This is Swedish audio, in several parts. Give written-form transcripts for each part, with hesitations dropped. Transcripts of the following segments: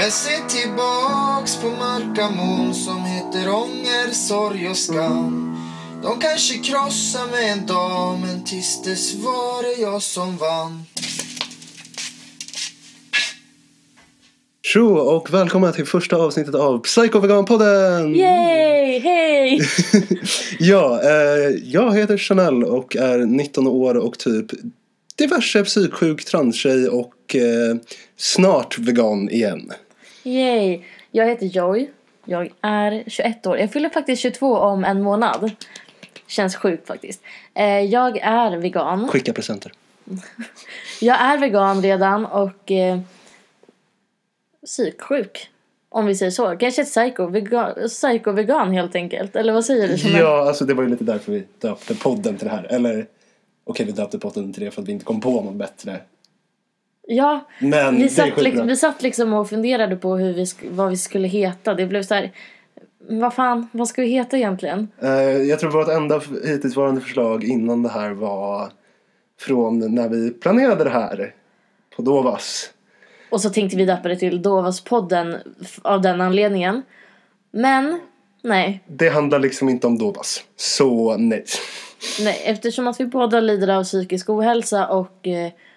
Jag ser tillbaks på mörka moln som heter ånger, sorg och skam. De kanske krossar mig en dag, men tills dess var det jag som vann. Tjo och välkomna till första avsnittet av Psycho-vegan-podden! Yay! Hej! Jag heter Chanel och är 19 år och typ diverse psyksjuk transtjej och snart vegan igen. Yay! Jag heter Joy. Jag är 21 år. Jag fyller faktiskt 22 om en månad. Känns sjukt faktiskt. Jag är vegan. Skicka presenter. Jag är vegan redan och psyksjuk. Om vi säger så. Kanske ett psycho-vegan helt enkelt. Eller vad säger du? Ja, alltså det var ju lite därför vi döpte podden till det här. Eller, okej, vi döpte podden till det för att vi inte kom på något bättre. Ja, men vi satt liksom och funderade på vad vi skulle heta. Det blev så här, vad ska vi heta egentligen? Jag tror vårt enda hittillsvarande förslag innan det här var från när vi planerade det här på Dovas. Och så tänkte vi döpa det till Dovas-podden av den anledningen. Men, nej. Det handlar liksom inte om Dovas. Så nej. Nej, eftersom att vi båda lider av psykisk ohälsa och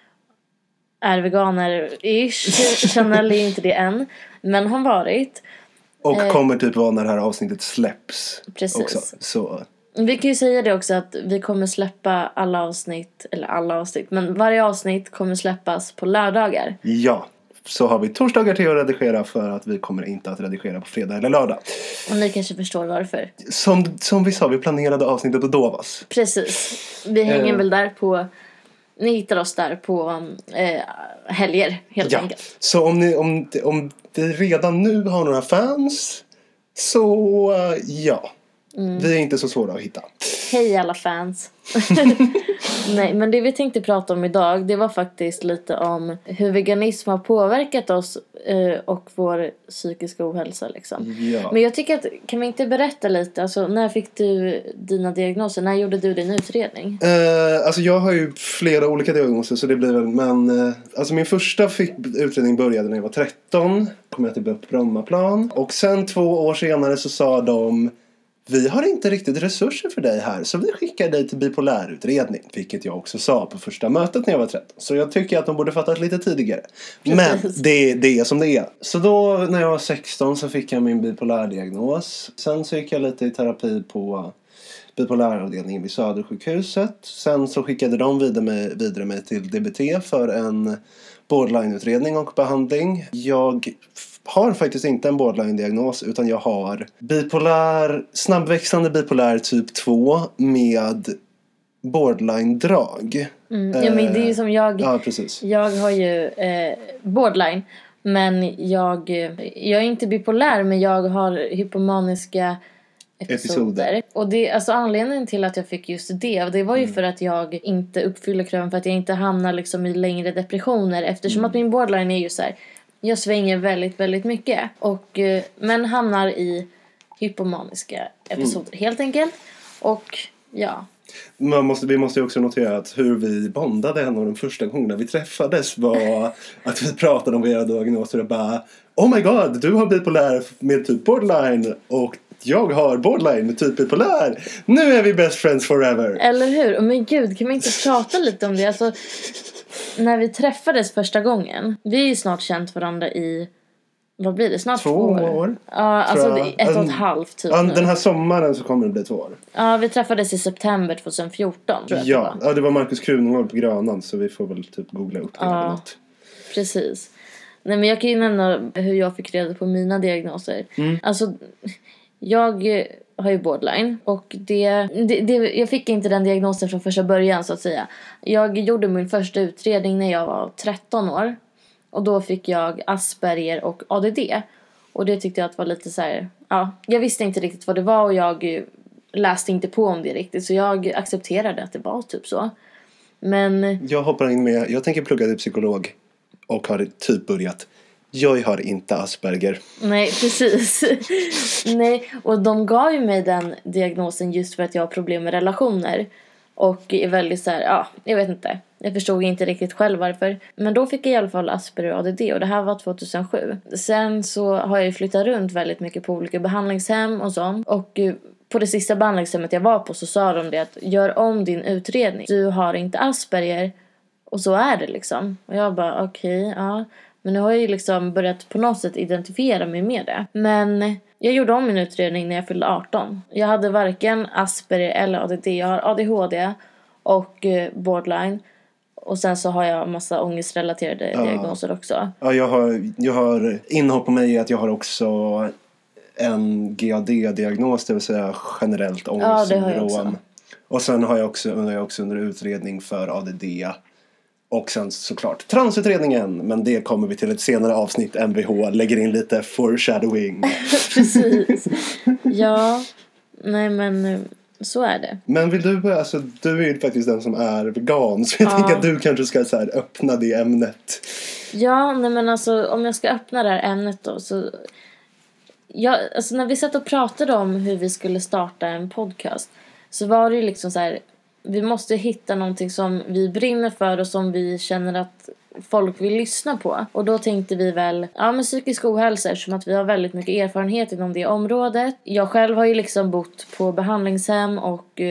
är veganer-ish. Chanel är inte det än. Men har varit. Och kommer typ vara när det här avsnittet släpps. Precis. Också. Så. Vi kan ju säga det också att vi kommer släppa alla avsnitt. Eller alla avsnitt. Men varje avsnitt kommer släppas på lördagar. Ja. Så har vi torsdagar till att redigera för att vi kommer inte att redigera på fredag eller lördag. Och ni kanske förstår varför. Som vi sa, vi planerade avsnittet på Dovas. Precis. Vi hänger väl där på... Ni hittar oss där på helger helt enkelt. Så om vi redan nu har några fans så ja. Vi är inte så svåra att hitta. Hej alla fans. Nej, men det vi tänkte prata om idag, det var faktiskt lite om hur veganism har påverkat oss och vår psykiska ohälsa liksom. Ja. Men jag tycker att, kan vi inte berätta lite, alltså när fick du dina diagnoser? När gjorde du din utredning? Alltså jag har ju flera olika diagnoser så det blir väl, men alltså min första utredning började när jag var 13. Kom jag till Brommaplan och sen 2 år senare så sa de: vi har inte riktigt resurser för dig här, så vi skickar dig till bipolärutredning. Vilket jag också sa på första mötet när jag var 13. Så jag tycker att de borde fattat lite tidigare. Precis. Men det är som det är. Så då när jag var 16 så fick jag min bipolärdiagnos. Sen så gick jag lite i terapi på bipoläravdelningen vid Södersjukhuset. Sen så skickade de vidare mig till DBT för en borderline-utredning och behandling. Jag har faktiskt inte en borderline-diagnos utan jag har snabbväxande bipolär typ 2 med borderline-drag. Ja, men det är ju som jag. Ja, precis. Jag har ju borderline, men jag är inte bipolär, men jag har hypomaniska episoder. Och det, alltså anledningen till att jag fick just det var ju för att jag inte uppfyller kraven, för att jag inte hamnar liksom i längre depressioner, eftersom att min borderline är ju så här, jag svänger väldigt, väldigt mycket och men hamnar i hypomaniska episoder helt enkelt. Och ja. Vi måste ju också notera att hur vi bondade en av de första gångerna vi träffades var att vi pratade om era diagnoser och bara: oh my god, du har bipolär med typ borderline och jag har borderline med typ bipolär. Nu är vi best friends forever. Eller hur? Men gud, kan vi inte prata lite om det? Alltså, när vi träffades första gången, vi är ju snart känt varandra i, vad blir det? Snart 2 år. Ja, alltså 1,5 typ nu. Den här sommaren så kommer det bli 2 år. Ja, vi träffades i september 2014 tror jag det var Marcus Krunegård på Grönan, så vi får väl typ googla upp det eller något. Precis. Nej, men jag kan ju nämna hur jag fick reda på mina diagnoser. Alltså, jag har ju borderline och jag fick inte den diagnosen från första början så att säga. Jag gjorde min första utredning när jag var 13 år. Och då fick jag Asperger och ADD. Och det tyckte jag att var lite så här, ja, jag visste inte riktigt vad det var och jag läste inte på om det riktigt. Så jag accepterade att det var typ så. Men jag hoppar in med, jag tänker plugga till psykolog och har typ börjat. Jag har inte Asperger. Nej, precis. Nej, och de gav ju mig den diagnosen just för att jag har problem med relationer. Och är väldigt så här, ja, jag vet inte. Jag förstod inte riktigt själv varför. Men då fick jag i alla fall Asperger och ADD och det här var 2007. Sen så har jag ju flyttat runt väldigt mycket på olika behandlingshem och sånt. Och på det sista behandlingshemmet jag var på så sa de det att gör om din utredning. Du har inte Asperger och så är det liksom. Och jag bara okej, ja. Men nu har jag ju liksom börjat på något sätt identifiera mig med det. Men jag gjorde om min utredning när jag fyllde 18. Jag hade varken Asperger eller ADD. Jag har ADHD och borderline. Och sen så har jag massa ångestrelaterade diagnoser också. Ja, jag har inhopp på mig att jag har också en GAD-diagnos, det vill säga generellt ångestsyndrom. Och sen har jag också under utredning för ADD. Och sen såklart transutredningen. Men det kommer vi till ett senare avsnitt. MVH lägger in lite foreshadowing. Precis. Ja, nej men så är det. Men vill du börja, alltså du är ju faktiskt den som är vegan. Så jag tänker att du kanske ska så här öppna det ämnet. Ja, nej men alltså om jag ska öppna det här ämnet då så... Ja, alltså när vi satt och pratade om hur vi skulle starta en podcast så var det ju liksom så här, vi måste hitta någonting som vi brinner för och som vi känner att folk vill lyssna på. Och då tänkte vi väl, ja men psykisk ohälsa, som att vi har väldigt mycket erfarenhet inom det området. Jag själv har ju liksom bott på behandlingshem och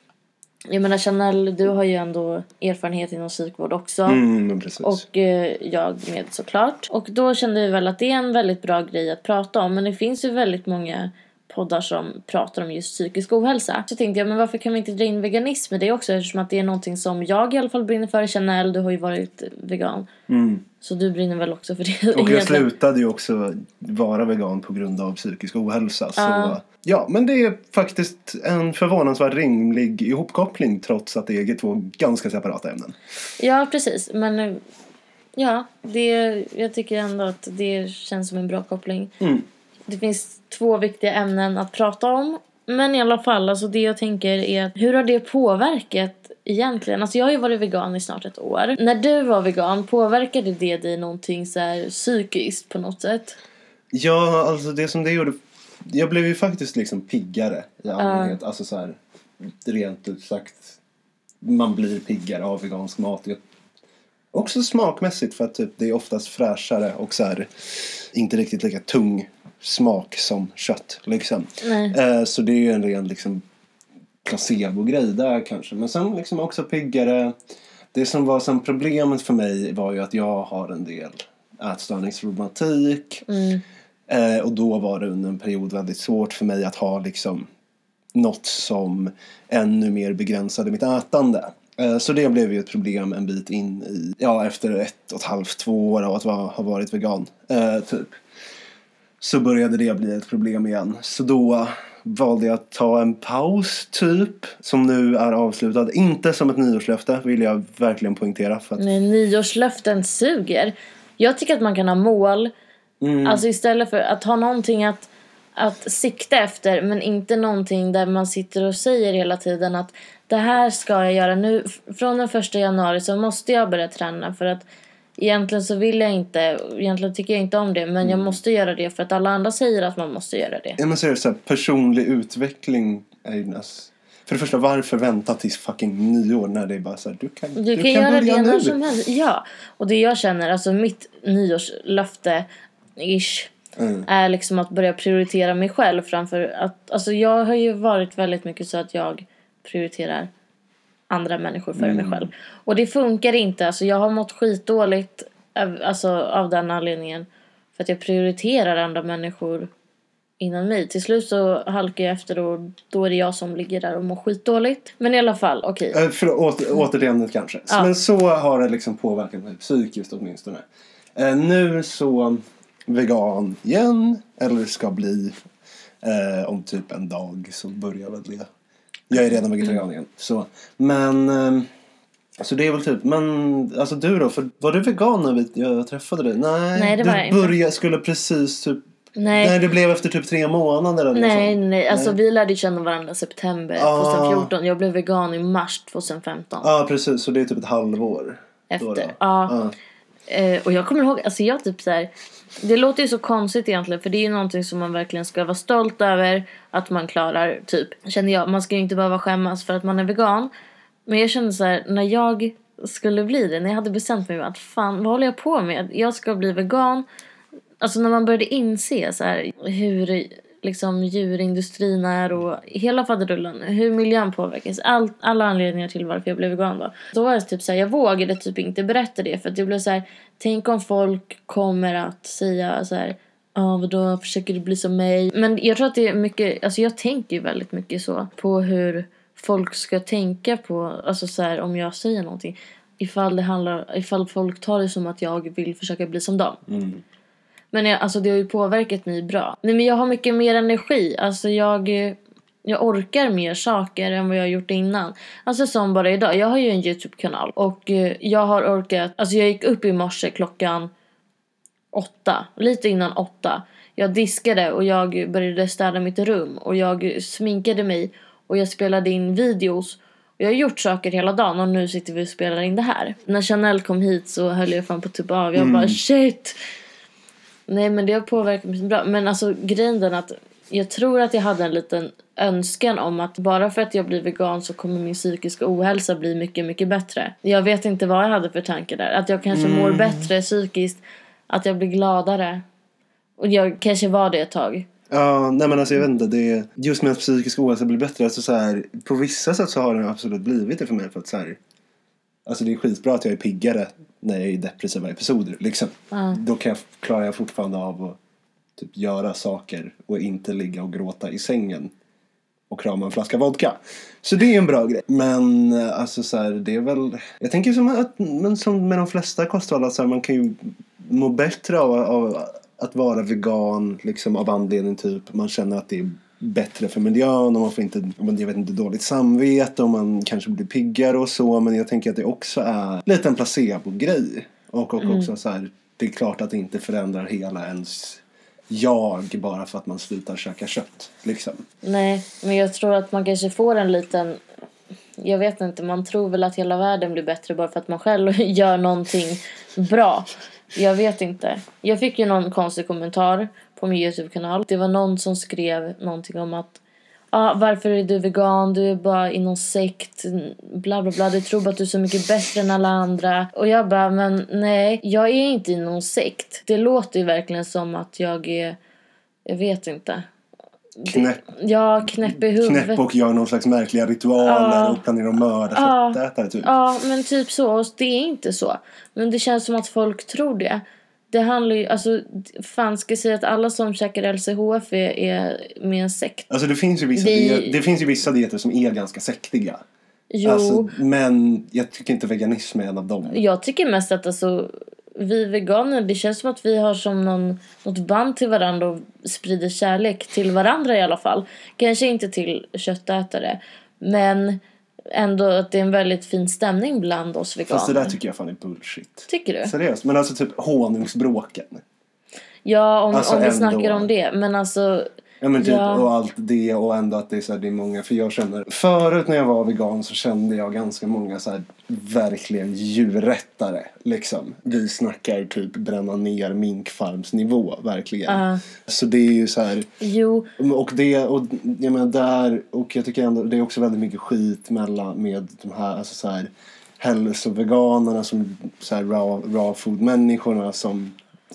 jag menar Chanel, du har ju ändå erfarenhet inom psykvård också. Precis. Och jag med såklart. Och då kände vi väl att det är en väldigt bra grej att prata om. Men det finns ju väldigt många poddar som pratar om just psykisk ohälsa. Så tänkte jag, men varför kan vi inte dra in veganism i det också? Eftersom att det är någonting som jag i alla fall brinner för. Chanel, du har ju varit vegan. Så du brinner väl också för det. Och jag slutade ju också vara vegan på grund av psykisk ohälsa. Så ja, men det är faktiskt en förvånansvärt rimlig ihopkoppling trots att det är två ganska separata ämnen. Ja, precis. Men ja, jag tycker ändå att det känns som en bra koppling. Det finns 2 viktiga ämnen att prata om. Men i alla fall, alltså det jag tänker är hur har det påverkat egentligen? Alltså jag har ju varit vegan i snart 1 år. När du var vegan, påverkade det dig någonting så här psykiskt på något sätt? Ja, alltså det som det gjorde... Jag blev ju faktiskt liksom piggare i allmänhet. Alltså så här, rent ut sagt, man blir piggare av vegansk mat. Också smakmässigt för att typ, det är oftast fräschare och så här, inte riktigt lika tung smak som kött liksom. Så det är ju en ren liksom placebo-grej där kanske. Men sen liksom också piggare. Det som var som problemet för mig var ju att jag har en del ätstörningsproblematik. Och då var det under en period väldigt svårt för mig att ha liksom något som ännu mer begränsade mitt ätande. Så det blev ju ett problem en bit in i, ja, efter 1,5-2 år av att ha varit vegan typ. Så började det bli ett problem igen. Så då valde jag att ta en paus typ, som nu är avslutad. Inte som ett nyårslöfte, vill jag verkligen poängtera. För att... Nej, nyårslöften suger. Jag tycker att man kan ha mål. Alltså istället för att ha någonting att sikta efter, men inte någonting där man sitter och säger hela tiden att det här ska jag göra nu. Från den 1 januari så måste jag börja träna för att egentligen så vill jag inte, egentligen tycker jag inte om det, men jag måste göra det för att alla andra säger att man måste göra det. Ja, men så är det så här, personlig utveckling är ju för det första, varför vänta tills fucking nyår när det är bara så här, du kan göra det när som helst. Ja, och det jag känner, alltså mitt nyårslöfte är liksom att börja prioritera mig själv framför att, alltså jag har ju varit väldigt mycket så att jag prioriterar andra människor före mig själv. Och det funkar inte. Alltså jag har mått skitdåligt av den anledningen. För att jag prioriterar andra människor innan mig. Till slut så halkar jag efter och då är det jag som ligger där och mår skitdåligt. Men i alla fall, okej. Återigen kanske. Ja. Men så har det liksom påverkat mig psykiskt åtminstone. Nu så vegan igen. Eller ska bli om typ en dag så börjar väl det. Jag är redan vegetarian igen. Så. Men alltså det är väl typ. Men alltså du då, för var du vegan när jag träffade dig? Nej, det var jag inte. Skulle precis typ. Nej, det blev efter typ 3 månader eller nej. Alltså vi lärde känna varandra i september 2014. Jag blev vegan i mars 2015. Ja, precis. Så det är typ ett halvår. Efter. Och jag kommer ihåg, alltså jag typ så här, det låter ju så konstigt egentligen, för det är ju någonting som man verkligen ska vara stolt över att man klarar, typ, känner jag. Man ska ju inte behöva skämmas för att man är vegan. Men jag kände så här, när jag skulle bli det, när jag hade bestämt mig att fan, vad håller jag på med? Jag ska bli vegan. Alltså när man började inse så här, hur liksom djurindustrin är och hela faderullen, hur miljön påverkas, alla anledningar till varför jag blev vegan då var det typ så här, jag vågade typ inte berätta det för att det blev så här, tänk om folk kommer att säga så här, vadå, försöker du bli som mig? Men jag tror att det är mycket, alltså jag tänker ju väldigt mycket så på hur folk ska tänka på, alltså så här, om jag säger någonting, ifall folk tar det som att jag vill försöka bli som dem. Men alltså det har ju påverkat mig bra. Nej, men jag har mycket mer energi. Alltså jag orkar mer saker än vad jag har gjort innan. Alltså som bara idag. Jag har ju en YouTube-kanal. Och jag har orkat. Alltså jag gick upp i morse klockan 8. Lite innan 8. Jag diskade och jag började städa mitt rum. Och jag sminkade mig. Och jag spelade in videos. Och jag har gjort saker hela dagen. Och nu sitter vi och spelar in det här. När Chanel kom hit så höll jag fan på typ av. Jag bara shit. Nej, men det har påverkat mig så bra. Men alltså grejen är att jag tror att jag hade en liten önskan om att bara för att jag blir vegan så kommer min psykiska ohälsa bli mycket, mycket bättre. Jag vet inte vad jag hade för tankar där. Att jag kanske mår bättre psykiskt. Att jag blir gladare. Och jag kanske var det ett tag. Ja, nej men alltså jag vet inte, det är just med att psykisk ohälsa blir bättre, alltså så här, på vissa sätt så har den absolut blivit det för mig, för att så här, alltså det är skitbra att jag är piggare när jag är i depressiva episoder liksom. Då klarar jag fortfarande av att typ göra saker och inte ligga och gråta i sängen och krama en flaska vodka. Så det är en bra grej. Men alltså så här, det är väl, jag tänker som med de flesta kosthållare så här, man kan ju må bättre av att vara vegan liksom, av anledning typ man känner att det är bättre för miljön och man får inte, jag vet inte, dåligt samvete och man kanske blir piggare och så, men jag tänker att det också är lite en placebo-grej och också så här, det är klart att det inte förändrar hela ens jag bara för att man slutar käka kött liksom. Nej, men jag tror att man kanske får en liten, jag vet inte, man tror väl att hela världen blir bättre bara för att man själv gör någonting bra. Jag vet inte. Jag fick ju någon konstig kommentar på min YouTube-kanal. Det var någon som skrev någonting om att varför är du vegan? Du är bara i någon sekt. Bla bla bla. Du tror bara att du är så mycket bättre än alla andra. Och jag bara, men nej. Jag är inte i någon sekt. Det låter ju verkligen som att jag är, jag vet inte. Knäpp i huvudet. Knäpp och gör någon slags märkliga ritualer och planerar att mörda köttätare typ. Ja, men typ så. Det är inte så. Men det känns som att folk tror det. Det handlar ju, alltså, fan ska jag säga att alla som käkar LCHF är med en sekt. Alltså det finns ju vissa dieter som är ganska sektiga. Jo. Alltså, men jag tycker inte veganism är en av dem. Jag tycker mest att alltså, vi veganer, det känns som att vi har som något band till varandra och sprider kärlek till varandra i alla fall. Kanske inte till köttätare, men ändå att det är en väldigt fin stämning bland oss veganer. Fast det där tycker jag fan är bullshit. Tycker du? Seriöst, men alltså typ honungsbråken. Ja, om vi ändå snackar om det, men alltså... Ja men typ, och allt det och ändå att det är så här, det är många, för jag känner, förut när jag var vegan så kände jag ganska många så här verkligen djurrättare liksom. Vi snackar typ bränna ner minkfarmsnivå verkligen. Så det är ju så här. Jo. Och jag menar där, och jag tycker ändå det är också väldigt mycket skit med de här, alltså så här hälsoveganerna som så här raw food människorna som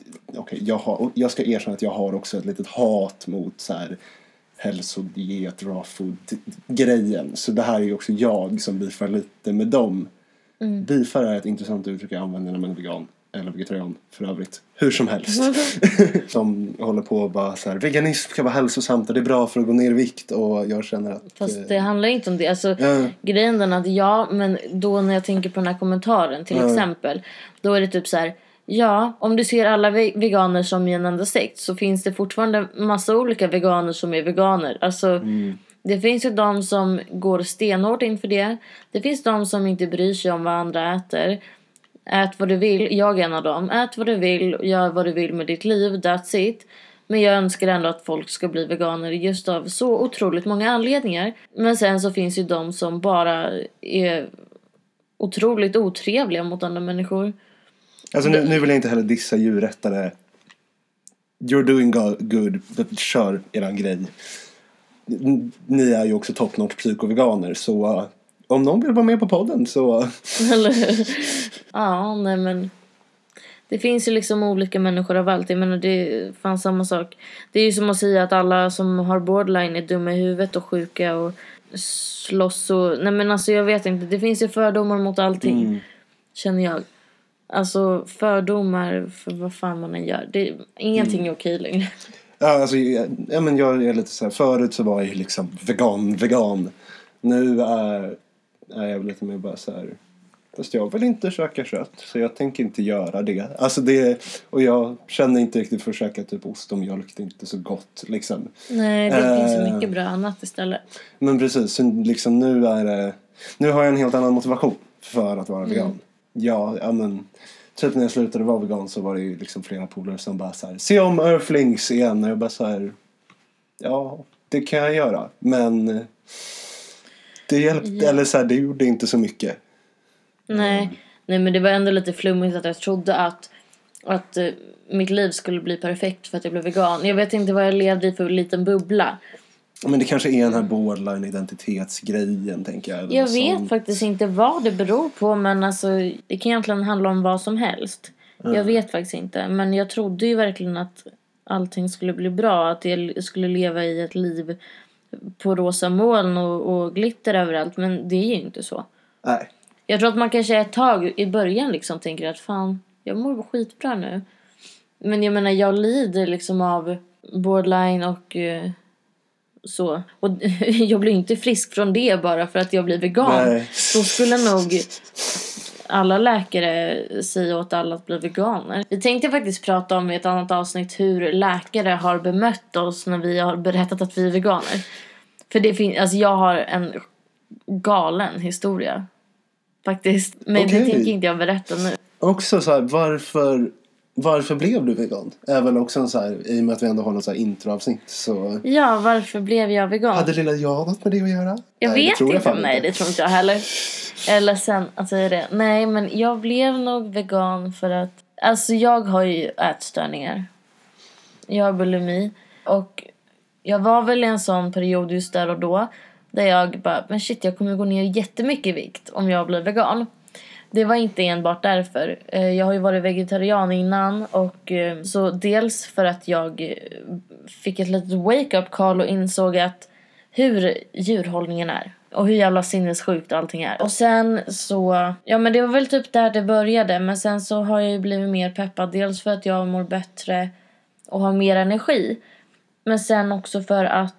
jag ska erkänna att jag har också ett litet hat mot så här hälsodiet, raw food grejen. Så det här är ju också jag som bifar lite med dem. Bifar är ett intressant uttryck jag använder när man är vegan eller vegetarian för övrigt. Hur som helst. Som håller på och bara så här, veganism ska vara hälsosamt och det är bra för att gå ner i vikt, och jag känner att... Fast det handlar inte om det. Alltså, grejen är att men då när jag tänker på den här kommentaren till exempel, då är det typ så här. Ja, om du ser alla veganer som i en enda sekt så finns det fortfarande massa olika veganer som är veganer. Alltså, det finns ju de som går stenhårt inför det. Det finns de som inte bryr sig om vad andra äter. Ät vad du vill, jag är en av dem. Ät vad du vill, gör vad du vill med ditt liv, that's it. Men jag önskar ändå att folk ska bli veganer just av så otroligt många anledningar. Men sen så finns ju de som bara är otroligt otrevliga mot andra människor. Alltså nu vill jag inte heller dissa djurrättare. You're doing good, but kör eran grej. Ni är ju också top-notch psykoveganer, så om någon vill vara med på podden så... Eller hur? Ja, nej men... Det finns ju liksom olika människor av allt. Jag menar, det fanns samma sak. Det är ju som att säga att alla som har borderline är dumma i huvudet och sjuka och slåss och... Nej men alltså jag vet inte. Det finns ju fördomar mot allting. Känner jag. Alltså fördomar för vad fan man än gör. Ingenting är okej längre. Ja, alltså, men jag är lite så här... Förut så var jag liksom vegan. Nu är jag lite mer bara så här... Fast jag vill inte käka kött, så jag tänker inte göra det. Alltså och jag känner inte riktigt för att käka typ ost och mjölk. Det är inte så gott liksom. Nej, det finns så mycket bra annat istället. Men precis, liksom nu har jag en helt annan motivation för att vara vegan. Ja, men typ när jag slutade vara vegan så var det ju liksom flera polare som bara så här: se om Earthlings igen. Och jag bara så här: ja, det kan jag göra. Men det hjälpte, eller så här, det gjorde inte så mycket. Nej, men det var ändå lite flummigt att jag trodde att mitt liv skulle bli perfekt för att jag blev vegan. Jag vet inte vad jag levde i för liten bubbla. Men det kanske är den här borderline-identitetsgrejen, tänker jag. Jag vet faktiskt inte vad det beror på, men alltså, det kan egentligen handla om vad som helst. Jag vet faktiskt inte, men jag trodde ju verkligen att allting skulle bli bra. Att jag skulle leva i ett liv på rosa moln och glitter överallt, men det är ju inte så. Nej. Jag tror att man kanske ett tag i början liksom tänker att fan, jag mår skitbra nu. Men jag menar, jag lider liksom av borderline och så. Och jag blir inte frisk från det bara för att jag blir vegan. Nej. Då skulle nog alla läkare säga åt alla att bli veganer. Vi tänkte faktiskt prata om i ett annat avsnitt hur läkare har bemött oss när vi har berättat att vi är veganer. För det alltså jag har en galen historia. Faktiskt. Men det tänker inte jag berätta nu. Också så här, varför blev du vegan? Även också så här, i och med att vi ändå har något så här introavsnitt så... Ja, varför blev jag vegan? Hade lilla jag något med det att göra? Jag vet inte. Nej, det tror inte jag heller. Eller sen att säga det. Nej, men jag blev nog vegan för att... Alltså jag har ju ätstörningar. Jag har bulimi. Och jag var väl i en sån period just där och då. Där jag bara, men shit, jag kommer gå ner jättemycket i vikt om jag blir vegan. Det var inte enbart därför. Jag har ju varit vegetarian innan. Och så dels för att jag fick ett litet wake-up call och insåg att hur djurhållningen är. Och hur jävla sinnessjukt allting är. Och sen så, ja men det var väl typ där det började. Men sen så har jag ju blivit mer peppad. Dels för att jag mår bättre och har mer energi. Men sen också för att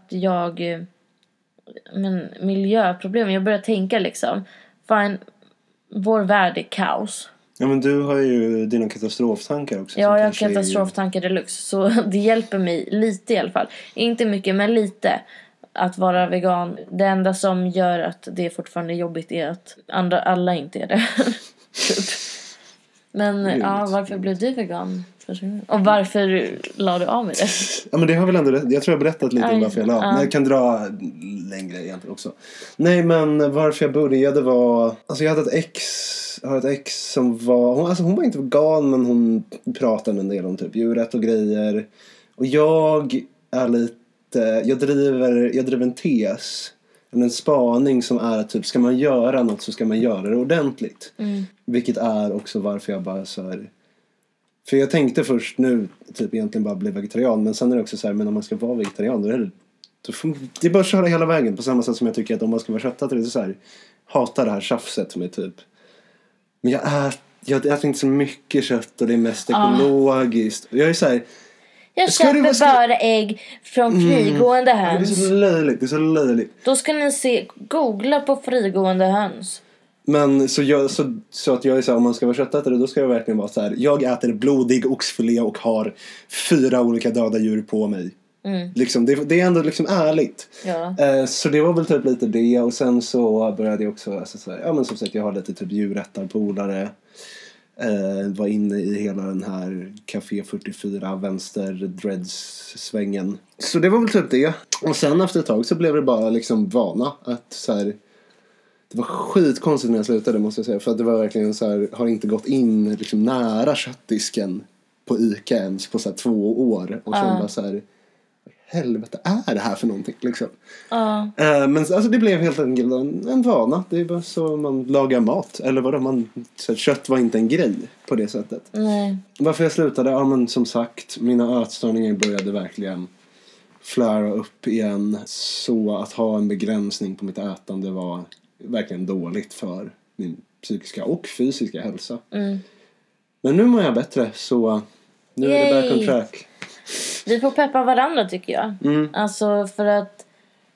miljöproblem. Jag börjar tänka liksom, fan, vår värld är kaos. Ja, men du har ju dina katastroftankar också. Ja, jag har katastroftankar deluxe. Så det hjälper mig lite i alla fall. Inte mycket, men lite. Att vara vegan. Det enda som gör att det är fortfarande jobbigt är att alla inte är det. Typ. Men ja, varför blev du vegan? Och varför la du av med det? Ja, men det har väl ändå... Jag tror jag har berättat lite om varför jag la av. Men jag kan dra längre egentligen också. Nej, men varför jag började var... Alltså jag hade ett ex som var... Hon var inte vegan, men hon pratade en del om typ djurrätt och grejer. Och jag är lite... Jag driver en tes. En spaning som är att typ, ska man göra något så ska man göra det ordentligt. Vilket är också varför jag bara så här... För jag tänkte först nu typ egentligen bara bli vegetarian. Men sen är det också så här, men om man ska vara vegetarian då är det är bara att köra hela vägen. På samma sätt som jag tycker att om man ska vara köttad det är så här, hatar det här tjafset med typ. Men jag äter inte så mycket kött och det är mest ekologiskt. Jag är så här... Jag köper bara ägg från frigående höns. Det är så löjligt. Då ska ni googla på frigående höns. Men så att jag är så här, om man ska vara köttätare då ska jag verkligen vara så här. Jag äter blodig oxfilé och har 4 olika döda djur på mig. Liksom, det är ändå liksom ärligt. Ja. Så det var väl typ lite det. Och sen så började jag också alltså, så här, ja men som sagt jag har lite typ djurrättarpolare. Var inne i hela den här Café 44 vänster dreads-svängen. Så det var väl typ det. Och sen efter ett tag så blev det bara liksom vana att så här. Det var skitkonstigt när jag slutade måste jag säga. För att det var verkligen så här, har inte gått in liksom nära köttdisken på Ica ens på så här 2 år. Och sen bara så här, helvete är det här för någonting liksom. Ja. Men alltså det blev helt enkelt en vana. Det är bara så man lagar mat. Eller vadå, så kött var inte en grej på det sättet. Nej. Varför jag slutade? Ja, men som sagt, mina ätstörningar började verkligen flära upp igen. Så att ha en begränsning på mitt ätande var verkligen dåligt för min psykiska och fysiska hälsa. Men nu mår jag bättre, så nu är det back on track. Vi får peppa varandra, tycker jag. Alltså för att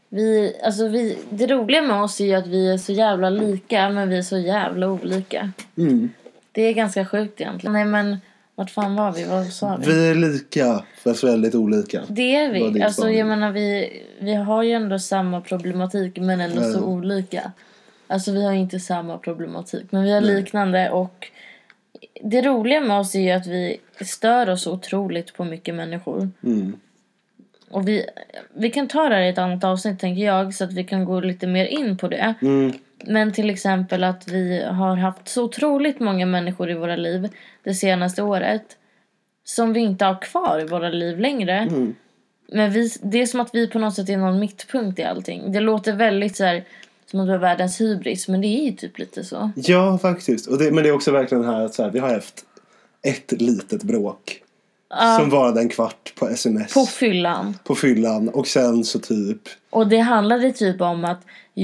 det roliga med oss är ju att vi är så jävla lika, men vi är så jävla olika. Det är ganska sjukt egentligen. Nej, men vart fan var vi? Vad sa vi? Vi är lika, fast väldigt olika. Det är vi. Alltså jag menar, vi har ju ändå samma problematik, men ändå så olika. Alltså vi har inte samma problematik, men vi har liknande. Och det roliga med oss är ju att vi stör oss otroligt på mycket människor. Och vi kan ta det här i ett annat avsnitt, tänker jag, så att vi kan gå lite mer in på det. Men till exempel att vi har haft så otroligt många människor i våra liv det senaste året som vi inte har kvar i våra liv längre. Men det är som att vi på något sätt är någon mittpunkt i allting. Det låter väldigt så här, som att det var världens hybris, men det är ju typ lite så. Ja, faktiskt. Men det är också verkligen här att så här, vi har haft ett litet bråk som varade en kvart på sms. På fyllan. Och sen så typ... Och det handlade typ om att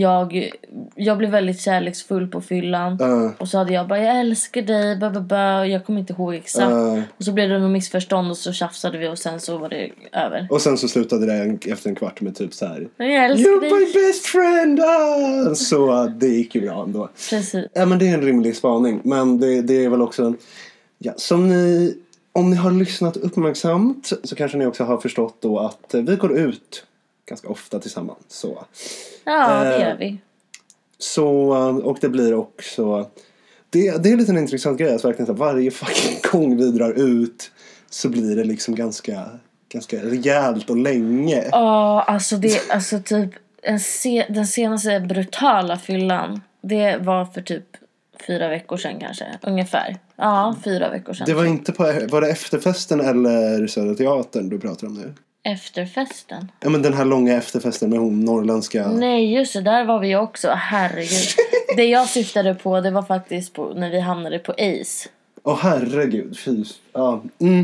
jag blev väldigt kärleksfull på fyllan. Och så hade jag bara, jag älskar dig, och jag kommer inte ihåg exakt. Och så blev det något missförstånd och så tjafsade vi och sen så var det över. Och sen så slutade det efter en kvart med typ så här: You're my best friend! Så det gick ju bra ändå. Precis. Ja, men det är en rimlig spaning. Men det är väl också som om ni har lyssnat uppmärksamt så kanske ni också har förstått då att vi går ut ganska ofta tillsammans. Så. Ja, det gör vi. Så, och det blir också... Det är lite en intressant grej. Alltså verkligen, varje fucking gång vi drar ut så blir det liksom ganska rejält och länge. Ja, alltså typ den senaste brutala fyllan, det var för typ 4 veckor sedan kanske, ungefär. Ja, 4 veckor sedan. Det var inte var det efterfesten eller Södra Teatern du pratar om nu? Efterfesten? Ja, men den här långa efterfesten med hon norrländska... Nej, just det, där var vi också. Herregud. Det jag syftade på, det var faktiskt när vi hamnade på Ace. Herregud, fy. Ja.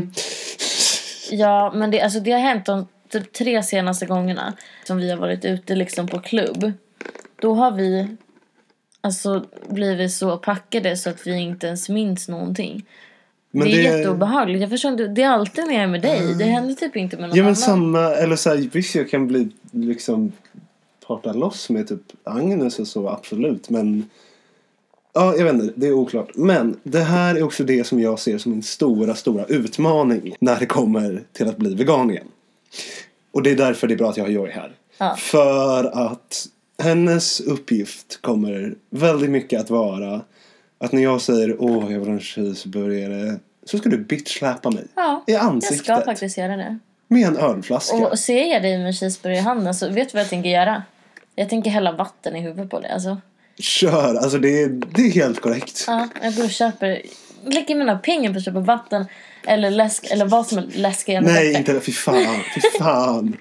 Ja, men det har hänt de typ 3 senaste gångerna som vi har varit ute liksom på klubb. Då har vi blivit så packade så att vi inte ens minns någonting. Men det är jätteobehagligt. Jag förstår inte, det är alltid när jag är med dig. Det händer typ inte med någon annan. Samma, eller så här, visst jag kan bli liksom parta loss med typ Agnes och så, absolut. Men ja, jag vet inte, det är oklart. Men det här är också det som jag ser som min stora utmaning när det kommer till att bli vegan igen. Och det är därför det är bra att jag har Joy här. Ja. För att hennes uppgift kommer väldigt mycket att vara att när jag säger jag vill ha en cheeseburgare, så ska du bitchsläpa mig i ansiktet. Jag ska faktiskt göra det. Med en ölflaska. Och ser jag dig med cheeseburgare i handen, så vet du vad jag tänker göra? Jag tänker hälla vatten i huvudet på dig, alltså. Kör, alltså det är helt korrekt. Ja, jag går och köper, lägger mina pengar på att köpa vatten eller läsk, eller vad som är läsk. Nej, inte det, fy fan.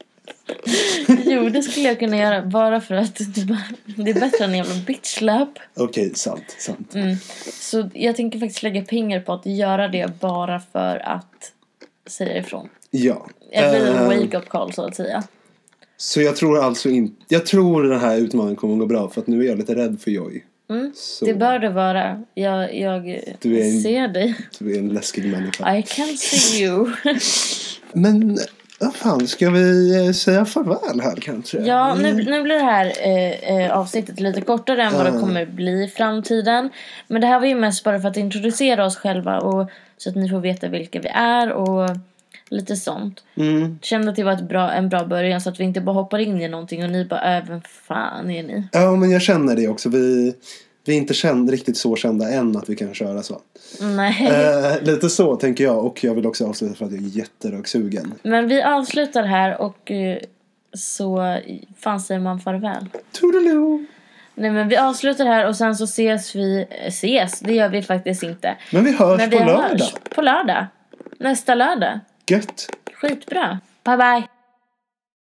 Jo, det skulle jag kunna göra. Bara för att det är bättre än en jävla bitchlap. Okej, sant. Så jag tänker faktiskt lägga pengar på att göra det bara för att säga ifrån. Ja. Det blir en wake-up call, så att säga. Så jag tror alltså inte... Jag tror den här utmaningen kommer att gå bra, för att nu är jag lite rädd för Joy. Det bör det vara. Jag ser dig. Du är en läskig människa. I can see you. Men... vad fan, ska vi säga farväl här kanske? Ja, nu blir det här avsnittet lite kortare än vad det kommer bli i framtiden. Men det här var ju mest bara för att introducera oss själva, och så att ni får veta vilka vi är och lite sånt. Kände att det var en bra början, så att vi inte bara hoppar in i någonting och ni bara, vem fan är ni? Ja, men jag känner det också. Vi är inte riktigt så kända än att vi kan köra så. Nej. Lite så tänker jag. Och jag vill också avsluta för att jag är jätteröksugen. Men vi avslutar här och så fan säger man farväl. Toodaloo. Nej, men vi avslutar här och sen så ses vi. Det gör vi faktiskt inte. Men vi hörs på lördag. På lördag. Nästa lördag. Gött. Skitbra. Bye bye.